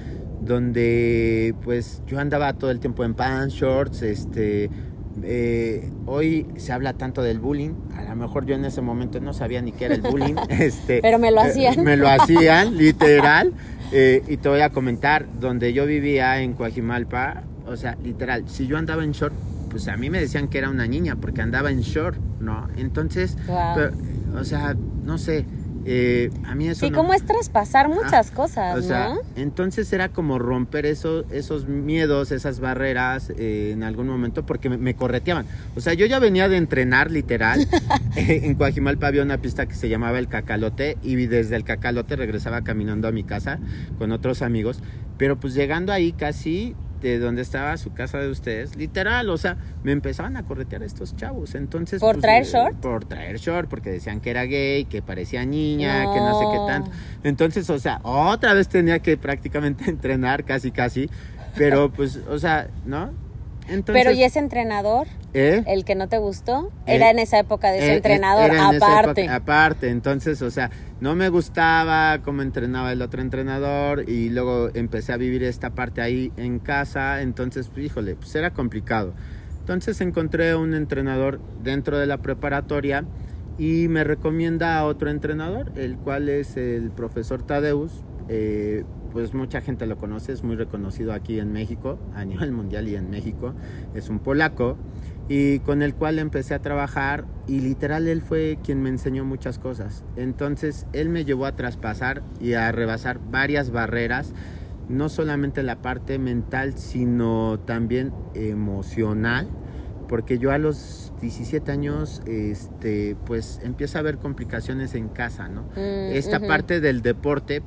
donde pues yo andaba todo el tiempo en pants, shorts, este... Eh, hoy se habla tanto del bullying, a lo mejor yo en ese momento no sabía ni qué era el bullying, este, pero me lo hacían, eh, me lo hacían literal, eh, y te voy a comentar, donde yo vivía en Coajimalpa, o sea, literal, si yo andaba en short, pues a mí me decían que era una niña porque andaba en short, ¿no? Entonces, wow. pero, o sea, no sé, Eh, a mí eso sí, no... como es traspasar muchas ah, cosas, o sea, ¿no? Entonces era como romper eso, esos miedos, esas barreras eh, en algún momento, porque me, me correteaban. O sea, yo ya venía de entrenar, literal. En Coajimalpa había una pista que se llamaba El Cacalote, y desde El Cacalote regresaba caminando a mi casa con otros amigos. Pero pues llegando ahí casi de donde estaba su casa de ustedes, literal, o sea, me empezaban a corretear estos chavos. Entonces, ¿por pues, traer eh, short? Por traer short, porque decían que era gay, que parecía niña, no. que no sé qué tanto. Entonces, o sea, otra vez tenía que prácticamente entrenar, casi casi, pero pues, o sea, ¿no? Entonces, pero ¿y ese entrenador? ¿Eh? ¿El que no te gustó? Era eh, en esa época de ese eh, entrenador, era en aparte. Esa época, aparte, entonces, o sea, no me gustaba cómo entrenaba el otro entrenador, y luego empecé a vivir esta parte ahí en casa, entonces, pues, híjole, pues era complicado. Entonces encontré un entrenador dentro de la preparatoria y me recomienda a otro entrenador, el cual es el profesor Tadeus. Eh, pues mucha gente lo conoce, es muy reconocido aquí en México, a nivel mundial y en México, es un polaco, y con el cual empecé a trabajar, y literal él fue quien me enseñó muchas cosas. Entonces él me llevó a traspasar y a rebasar varias barreras, no solamente la parte mental, sino también emocional, porque yo a los diecisiete años, este, pues empiezo a ver complicaciones en casa, ¿no? Mm, Esta uh-huh. parte del deporte, pues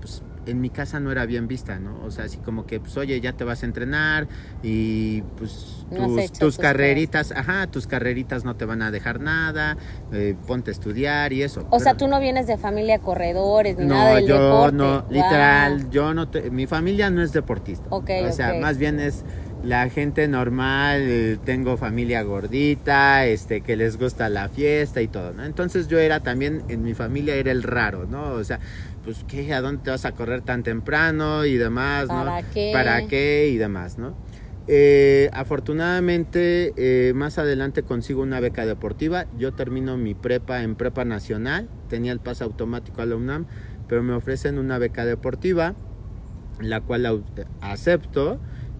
en mi casa no era bien vista, ¿no? O sea, así como que, pues, oye, ya te vas a entrenar y pues No has tus, hecho tus tus carreritas, ajá, tus carreritas no te van a dejar nada, eh, ponte a estudiar y eso. O Pero, sea, tú no vienes de familia corredores ni no, nada del yo deporte. no, Wow. literal, yo no, te- mi familia no es deportista. Ok, o sea, ok. más bien es la gente normal, eh, tengo familia gordita, este, que les gusta la fiesta y todo, ¿no? Entonces yo era también, en mi familia era el raro, ¿no? O sea, pues, ¿qué? ¿A dónde te vas a correr tan temprano y demás, ¿no? ¿Para qué? ¿Para qué? Y demás, ¿no? Eh, afortunadamente, eh, más adelante consigo una beca deportiva. Yo termino mi prepa en Prepa Nacional, tenía el pase automático a la UNAM, pero me ofrecen una beca deportiva, la cual au- acepto.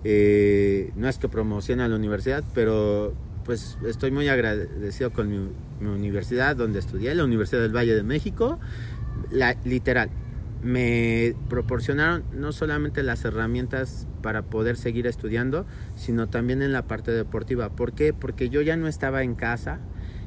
Eh, no es que promocione a la universidad, pero pues estoy muy agradecido con mi, mi universidad donde estudié, la Universidad del Valle de México. La, literal, me proporcionaron no solamente las herramientas para poder seguir estudiando, sino también en la parte deportiva. ¿Por qué? Porque yo ya no estaba en casa.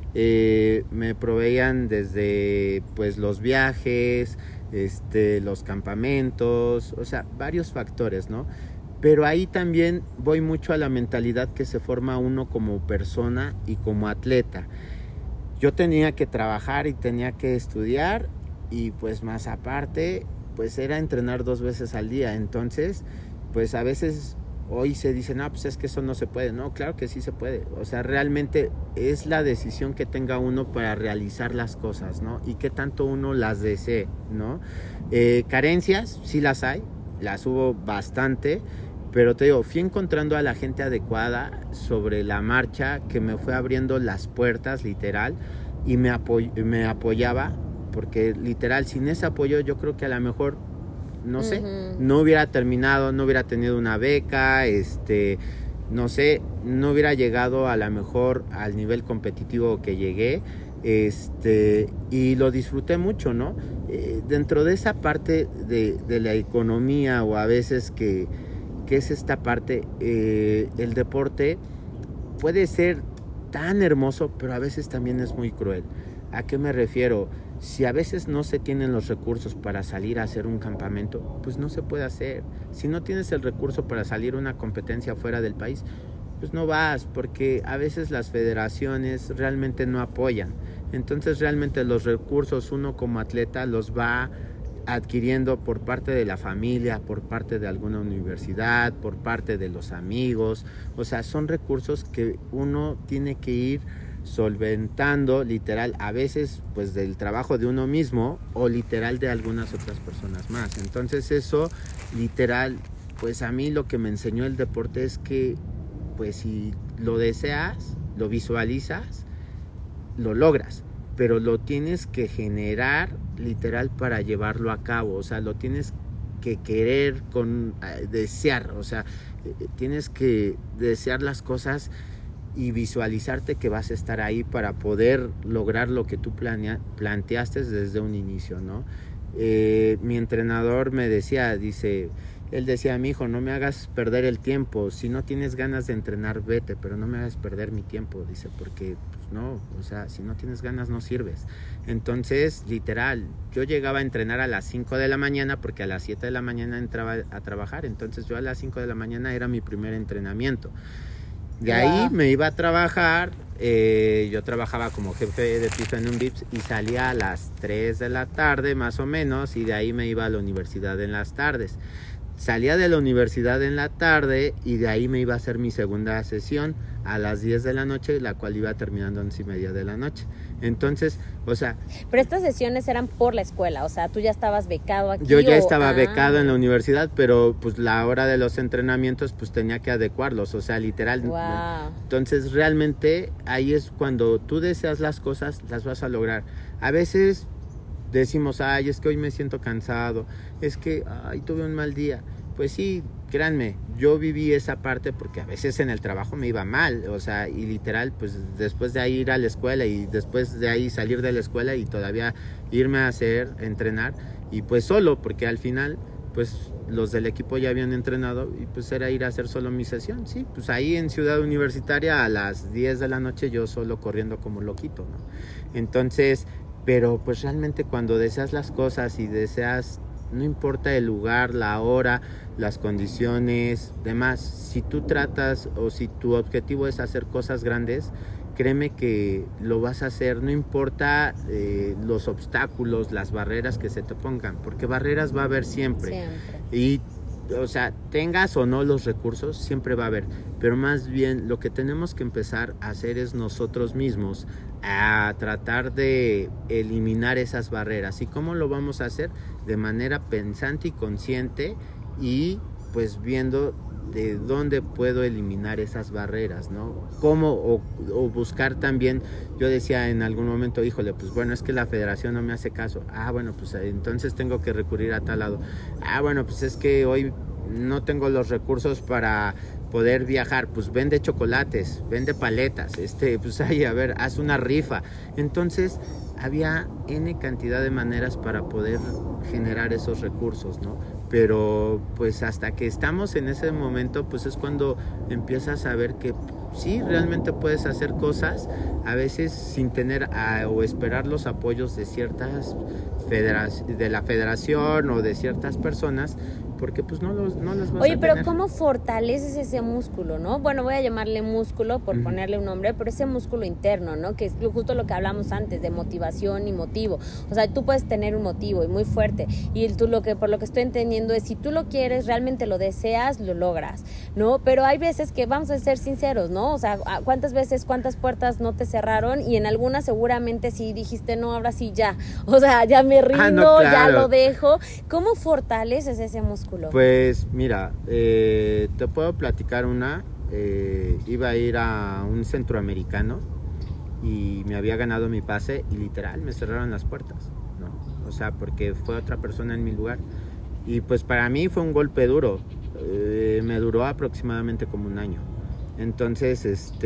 Eh, me proveían desde pues los viajes, este, los campamentos, o sea, varios factores, ¿no? Pero ahí también voy mucho a la mentalidad que se forma uno como persona y como atleta. Yo tenía que trabajar y tenía que estudiar y pues más aparte, pues era entrenar dos veces al día. Entonces, pues a veces hoy se dice, no, pues es que eso no se puede. No, claro que sí se puede. O sea, realmente es la decisión que tenga uno para realizar las cosas, ¿no? Y qué tanto uno las desee, ¿no? Eh, carencias, sí las hay, las hubo bastante. Pero te digo, fui encontrando a la gente adecuada sobre la marcha que me fue abriendo las puertas, literal, y me, apoy- me apoyaba, porque literal, sin ese apoyo yo creo que a lo mejor, no sé, Ujú. no hubiera terminado, no hubiera tenido una beca, este, no sé, no hubiera llegado a lo mejor al nivel competitivo que llegué, este, y lo disfruté mucho, ¿no? Eh, dentro de esa parte de, de la economía o a veces que que es esta parte, eh, el deporte puede ser tan hermoso, pero a veces también es muy cruel. ¿A qué me refiero? Si a veces no se tienen los recursos para salir a hacer un campamento, pues no se puede hacer. Si no tienes el recurso para salir a una competencia fuera del país, pues no vas, porque a veces las federaciones realmente no apoyan. Entonces realmente los recursos uno como atleta los va adquiriendo por parte de la familia, por parte de alguna universidad, por parte de los amigos. O sea, son recursos que uno tiene que ir solventando, literal, a veces pues del trabajo de uno mismo o literal de algunas otras personas más. Entonces eso, literal, pues a mí lo que me enseñó el deporte es que pues si lo deseas, lo visualizas, lo logras, pero lo tienes que generar literal para llevarlo a cabo. O sea, lo tienes que querer, con eh, desear, o sea, eh, tienes que desear las cosas y visualizarte que vas a estar ahí para poder lograr lo que tú planea, planteaste desde un inicio, ¿no? Eh, mi entrenador me decía, dice, él decía, mi hijo, no me hagas perder el tiempo, si no tienes ganas de entrenar, vete, pero no me hagas perder mi tiempo, dice, porque pues no, o sea, si no tienes ganas no sirves. Entonces, literal, yo llegaba a entrenar a las cinco de la mañana porque a las siete de la mañana entraba a trabajar, entonces yo a las cinco de la mañana era mi primer entrenamiento. De ahí Wow. me iba a trabajar, eh, yo trabajaba como jefe de piso en un Vips y salía a las tres de la tarde más o menos, y de ahí me iba a la universidad en las tardes. Salía de la universidad en la tarde y de ahí me iba a hacer mi segunda sesión a las diez de la noche, la cual iba terminando a once y media de la noche. Entonces, o sea... Pero estas sesiones eran por la escuela, o sea, tú ya estabas becado aquí. Yo ya o... estaba ah. becado en la universidad, pero pues la hora de los entrenamientos pues tenía que adecuarlos, o sea, literal. Wow. Entonces realmente ahí es cuando tú deseas las cosas, las vas a lograr. A veces decimos, ay, es que hoy me siento cansado, es que, ay, tuve un mal día. Pues sí, créanme, yo viví esa parte porque a veces en el trabajo me iba mal, o sea, y literal, pues después de ahí ir a la escuela y después de ahí salir de la escuela y todavía irme a hacer, entrenar, y pues solo, porque al final, pues los del equipo ya habían entrenado y pues era ir a hacer solo mi sesión, sí, pues ahí en Ciudad Universitaria a las diez de la noche yo solo corriendo como loquito, ¿no? Entonces, pero pues realmente cuando deseas las cosas y deseas no importa el lugar, la hora, las condiciones, demás. Si tú tratas o si tu objetivo es hacer cosas grandes, créeme que lo vas a hacer, no importa eh, los obstáculos, las barreras que se te pongan, porque barreras va a haber siempre. Siempre. Y, o sea, tengas o no los recursos, siempre va a haber. Pero más bien lo que tenemos que empezar a hacer es nosotros mismos, a tratar de eliminar esas barreras. ¿Y cómo lo vamos a hacer? De manera pensante y consciente, y pues viendo de dónde puedo eliminar esas barreras, ¿no? Cómo, o, o buscar también, yo decía en algún momento, híjole, pues bueno, es que la federación no me hace caso. Ah, bueno, pues entonces tengo que recurrir a tal lado. Ah, bueno, pues es que hoy no tengo los recursos para poder viajar, pues vende chocolates, vende paletas, este, pues ahí, a ver, haz una rifa. Entonces, había N cantidad de maneras para poder generar esos recursos, ¿no? Pero pues hasta que estamos en ese momento, pues es cuando empiezas a ver que sí, realmente puedes hacer cosas, a veces sin tener a, o esperar los apoyos de ciertas federaciones, de la federación o de ciertas personas, porque pues no los no las vas Oye, a pero tener. ¿cómo fortaleces ese músculo, no? Bueno, voy a llamarle músculo por uh-huh. ponerle un nombre, pero ese músculo interno, ¿no? Que es justo lo que hablamos antes, de motivación y motivo. O sea, tú puedes tener un motivo y muy fuerte, y tú lo que, por lo que estoy entendiendo es, si tú lo quieres, realmente lo deseas, lo logras, ¿no? Pero hay veces que, vamos a ser sinceros, ¿no? O sea, ¿cuántas veces, cuántas puertas no te cerraron? Y en algunas seguramente sí dijiste, no, ahora sí ya. O sea, ya me rindo, ah, no, claro. ya lo dejo. ¿Cómo fortaleces ese músculo? Pues mira, eh, te puedo platicar una. Eh, iba a ir a un centroamericano y me había ganado mi pase y literal me cerraron las puertas, ¿no? O sea, porque fue otra persona en mi lugar. Y pues para mí fue un golpe duro. Eh, me duró aproximadamente como un año. Entonces,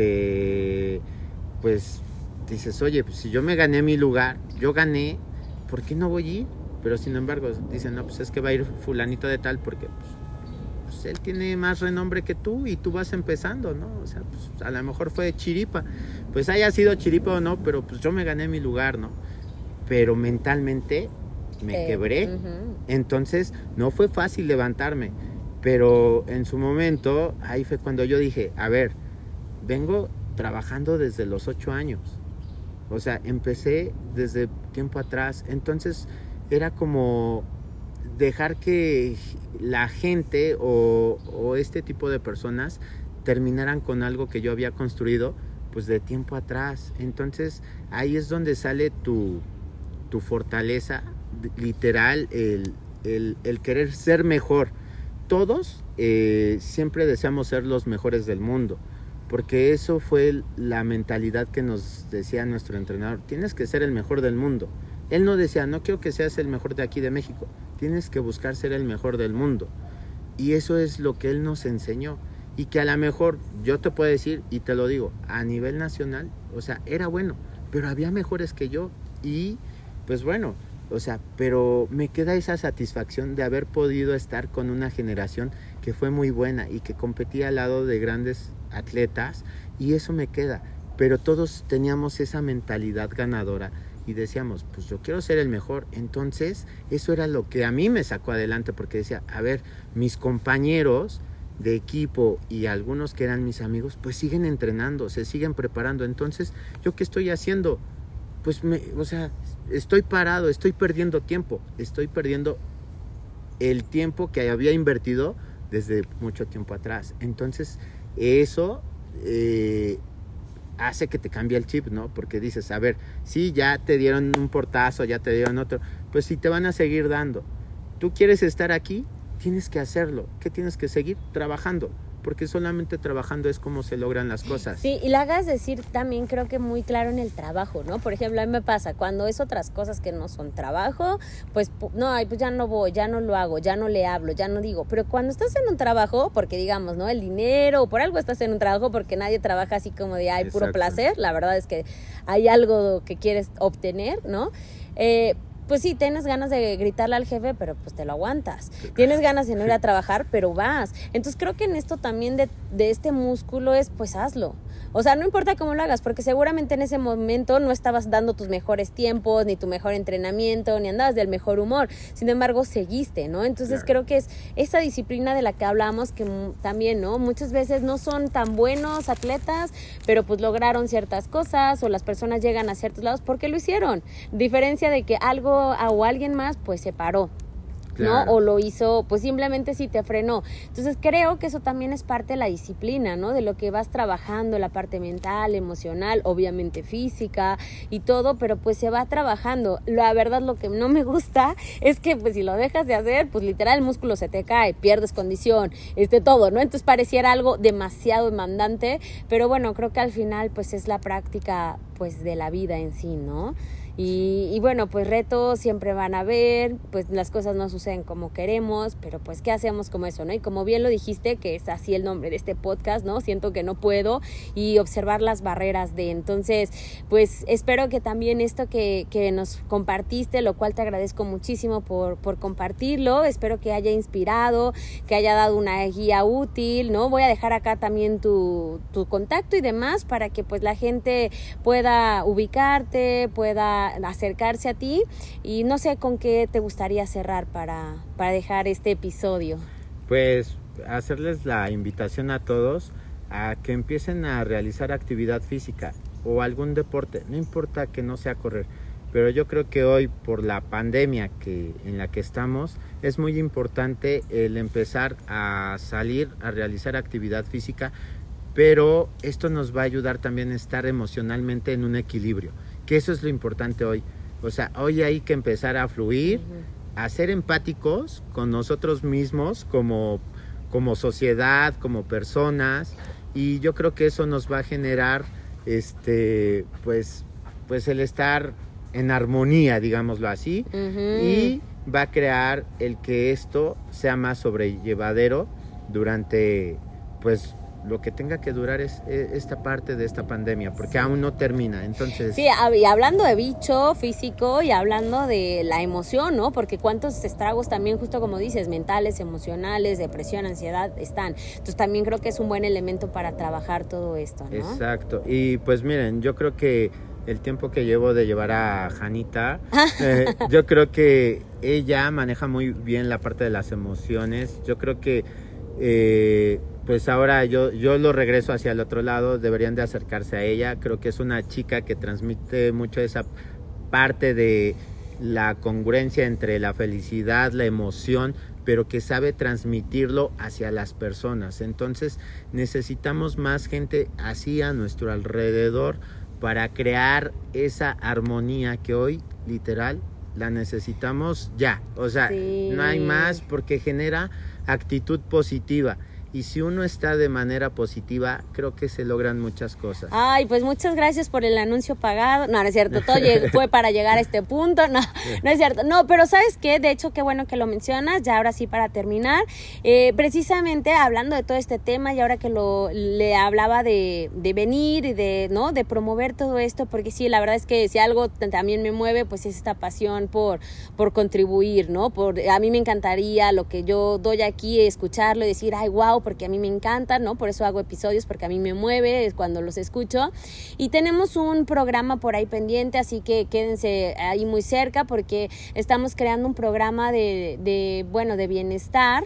este, pues dices, oye, pues si yo me gané mi lugar, yo gané, ¿por qué no voy a ir? Pero sin embargo dicen, no, pues es que va a ir fulanito de tal porque pues, pues él tiene más renombre que tú y tú vas empezando, ¿no? O sea, pues a lo mejor fue chiripa, pues haya sido chiripa o no, pero pues yo me gané mi lugar, ¿no? Pero mentalmente me eh, quebré, uh-huh. Entonces no fue fácil levantarme, pero en su momento ahí fue cuando yo dije, a ver, vengo trabajando desde los ocho años, o sea, empecé desde tiempo atrás, entonces era como dejar que la gente o, o este tipo de personas terminaran con algo que yo había construido pues de tiempo atrás. Entonces ahí es donde sale tu, tu fortaleza, literal, el, el, el querer ser mejor. Todos eh, siempre deseamos ser los mejores del mundo, porque eso fue la mentalidad que nos decía nuestro entrenador, tienes que ser el mejor del mundo. Él no decía, no quiero que seas el mejor de aquí de México, tienes que buscar ser el mejor del mundo. Y eso es lo que él nos enseñó. Y que a lo mejor, yo te puedo decir, y te lo digo, a nivel nacional, o sea, era bueno, pero había mejores que yo. Y pues bueno, o sea, pero me queda esa satisfacción de haber podido estar con una generación que fue muy buena y que competía al lado de grandes atletas, y eso me queda. Pero todos teníamos esa mentalidad ganadora y decíamos, pues yo quiero ser el mejor. Entonces eso era lo que a mí me sacó adelante, porque decía, a ver, mis compañeros de equipo y algunos que eran mis amigos, pues siguen entrenando, se siguen preparando. Entonces, ¿yo qué estoy haciendo? Pues, me, o sea, estoy parado, estoy perdiendo tiempo, estoy perdiendo el tiempo que había invertido desde mucho tiempo atrás. Entonces, eso eh, hace que te cambie el chip, ¿no? Porque dices, a ver, sí, ya te dieron un portazo, ya te dieron otro, pues sí te van a seguir dando. ¿Tú quieres estar aquí? Tienes que hacerlo. ¿Qué tienes que seguir? Trabajando. Porque solamente trabajando es como se logran las cosas. Sí, y la hagas decir también, creo que muy claro en el trabajo, ¿no? Por ejemplo, a mí me pasa, cuando es otras cosas que no son trabajo, pues no, pues ya no voy, ya no lo hago, ya no le hablo, ya no digo. Pero cuando estás en un trabajo, porque digamos, ¿no? El dinero, por algo estás en un trabajo, porque nadie trabaja así como de, ay, puro placer. La verdad es que hay algo que quieres obtener, ¿no? Eh... Pues sí, tienes ganas de gritarle al jefe, pero pues te lo aguantas. Tienes ganas de no ir a trabajar, pero vas. Entonces creo que en esto también de de este músculo es pues hazlo. O sea, no importa cómo lo hagas, porque seguramente en ese momento no estabas dando tus mejores tiempos, ni tu mejor entrenamiento, ni andabas del mejor humor. Sin embargo, seguiste, ¿no? Entonces claro. Creo que es esa disciplina de la que hablamos, que también, ¿no? Muchas veces no son tan buenos atletas, pero pues lograron ciertas cosas, o las personas llegan a ciertos lados porque lo hicieron. Diferencia de que algo o alguien más, pues se paró. Claro. ¿No? O lo hizo, pues simplemente sí te frenó. Entonces creo que eso también es parte de la disciplina, ¿no? De lo que vas trabajando, la parte mental, emocional, obviamente física y todo, pero pues se va trabajando. La verdad, lo que no me gusta es que pues si lo dejas de hacer, pues literal el músculo se te cae, pierdes condición, este todo, ¿no? Entonces pareciera algo demasiado demandante, pero bueno, creo que al final pues es la práctica pues de la vida en sí, ¿no? Y, y bueno, pues retos siempre van a haber, pues las cosas no suceden como queremos, pero pues ¿qué hacemos como eso, no? Y como bien lo dijiste, que es así el nombre de este podcast, ¿no? Siento que no puedo, y observar las barreras de, entonces, pues espero que también esto que, que nos compartiste, lo cual te agradezco muchísimo por, por compartirlo, espero que haya inspirado, que haya dado una guía útil, ¿no? Voy a dejar acá también tu, tu contacto y demás para que pues la gente pueda ubicarte, pueda acercarse a ti, y no sé con qué te gustaría cerrar para, para dejar este episodio. Pues hacerles la invitación a todos a que empiecen a realizar actividad física o algún deporte, no importa que no sea correr, pero yo creo que hoy por la pandemia que, en la que estamos, es muy importante el empezar a salir a realizar actividad física, pero esto nos va a ayudar también a estar emocionalmente en un equilibrio, que eso es lo importante hoy. O sea, hoy hay que empezar a fluir, uh-huh. a ser empáticos con nosotros mismos como, como sociedad, como personas, y yo creo que eso nos va a generar este pues, pues el estar en armonía, digámoslo así, uh-huh. y va a crear el que esto sea más sobrellevadero durante pues lo que tenga que durar es, es esta parte de esta pandemia, porque sí. aún no termina, entonces... Sí, y hablando de bicho físico y hablando de la emoción, ¿no? Porque cuántos estragos también, justo como dices, mentales, emocionales, depresión, ansiedad, están. Entonces también creo que es un buen elemento para trabajar todo esto, ¿no? Exacto, y pues miren, yo creo que el tiempo que llevo de llevar a Janita, eh, yo creo que ella maneja muy bien la parte de las emociones, yo creo que... Eh, pues ahora yo, yo lo regreso hacia el otro lado, deberían de acercarse a ella, creo que es una chica que transmite mucho esa parte de la congruencia entre la felicidad, la emoción, pero que sabe transmitirlo hacia las personas, entonces necesitamos más gente así a nuestro alrededor para crear esa armonía que hoy literal la necesitamos ya, o sea, sí. no hay más porque genera actitud positiva. Y si uno está de manera positiva, creo que se logran muchas cosas. Ay, pues muchas gracias por el anuncio pagado. No, no es cierto, todo fue para llegar a este punto. No, no es cierto. No, pero ¿sabes qué? De hecho, qué bueno que lo mencionas. Ya ahora sí, para terminar, eh, precisamente hablando de todo este tema, y ahora que lo le hablaba de, de venir y de, ¿no? de promover todo esto, porque sí, la verdad es que si algo también me mueve, pues es esta pasión por, por contribuir, ¿no? Por, a mí me encantaría lo que yo doy aquí, escucharlo y decir, ay, wow, porque a mí me encanta, ¿no? Por eso hago episodios, porque a mí me mueve es cuando los escucho. Y tenemos un programa por ahí pendiente, así que quédense ahí muy cerca, porque estamos creando un programa de, de bueno, de bienestar,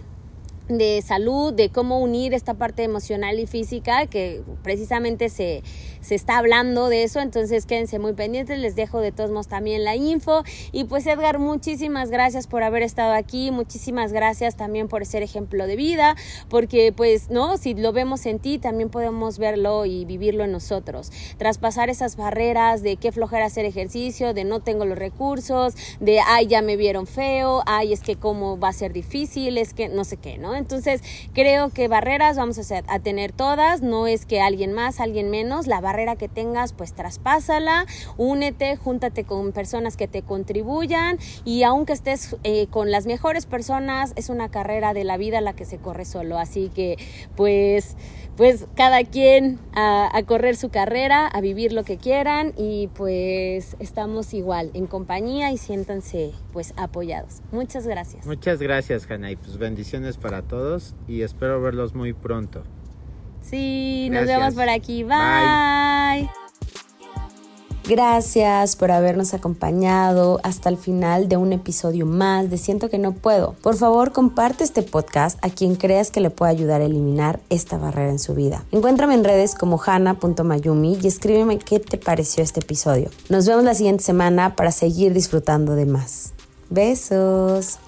de salud, de cómo unir esta parte emocional y física, que precisamente se, se está hablando de eso, entonces quédense muy pendientes, les dejo de todos modos también la info. Y pues Edgar, muchísimas gracias por haber estado aquí, muchísimas gracias también por ser ejemplo de vida, porque pues no, si lo vemos en ti, también podemos verlo y vivirlo en nosotros, traspasar esas barreras de qué flojera hacer ejercicio, de no tengo los recursos, de ay, ya me vieron feo, ay, es que cómo va a ser difícil, es que no sé qué, ¿no? Entonces creo que barreras vamos a, hacer, a tener todas, no es que alguien más, alguien menos, la barrera que tengas pues traspásala, únete, júntate con personas que te contribuyan, y aunque estés eh, con las mejores personas, es una carrera de la vida la que se corre solo, así que pues, pues cada quien a, a correr su carrera, a vivir lo que quieran, y pues estamos igual en compañía y siéntanse pues apoyados. Muchas gracias. Muchas gracias, Hanna, y pues bendiciones para todos y espero verlos muy pronto. Sí, nos Gracias. vemos por aquí. Bye. Bye. Gracias por habernos acompañado hasta el final de un episodio más de Siento que no puedo. Por favor, comparte este podcast a quien creas que le pueda ayudar a eliminar esta barrera en su vida. Encuéntrame en redes como hana punto mayumi y escríbeme qué te pareció este episodio. Nos vemos la siguiente semana para seguir disfrutando de más. Besos.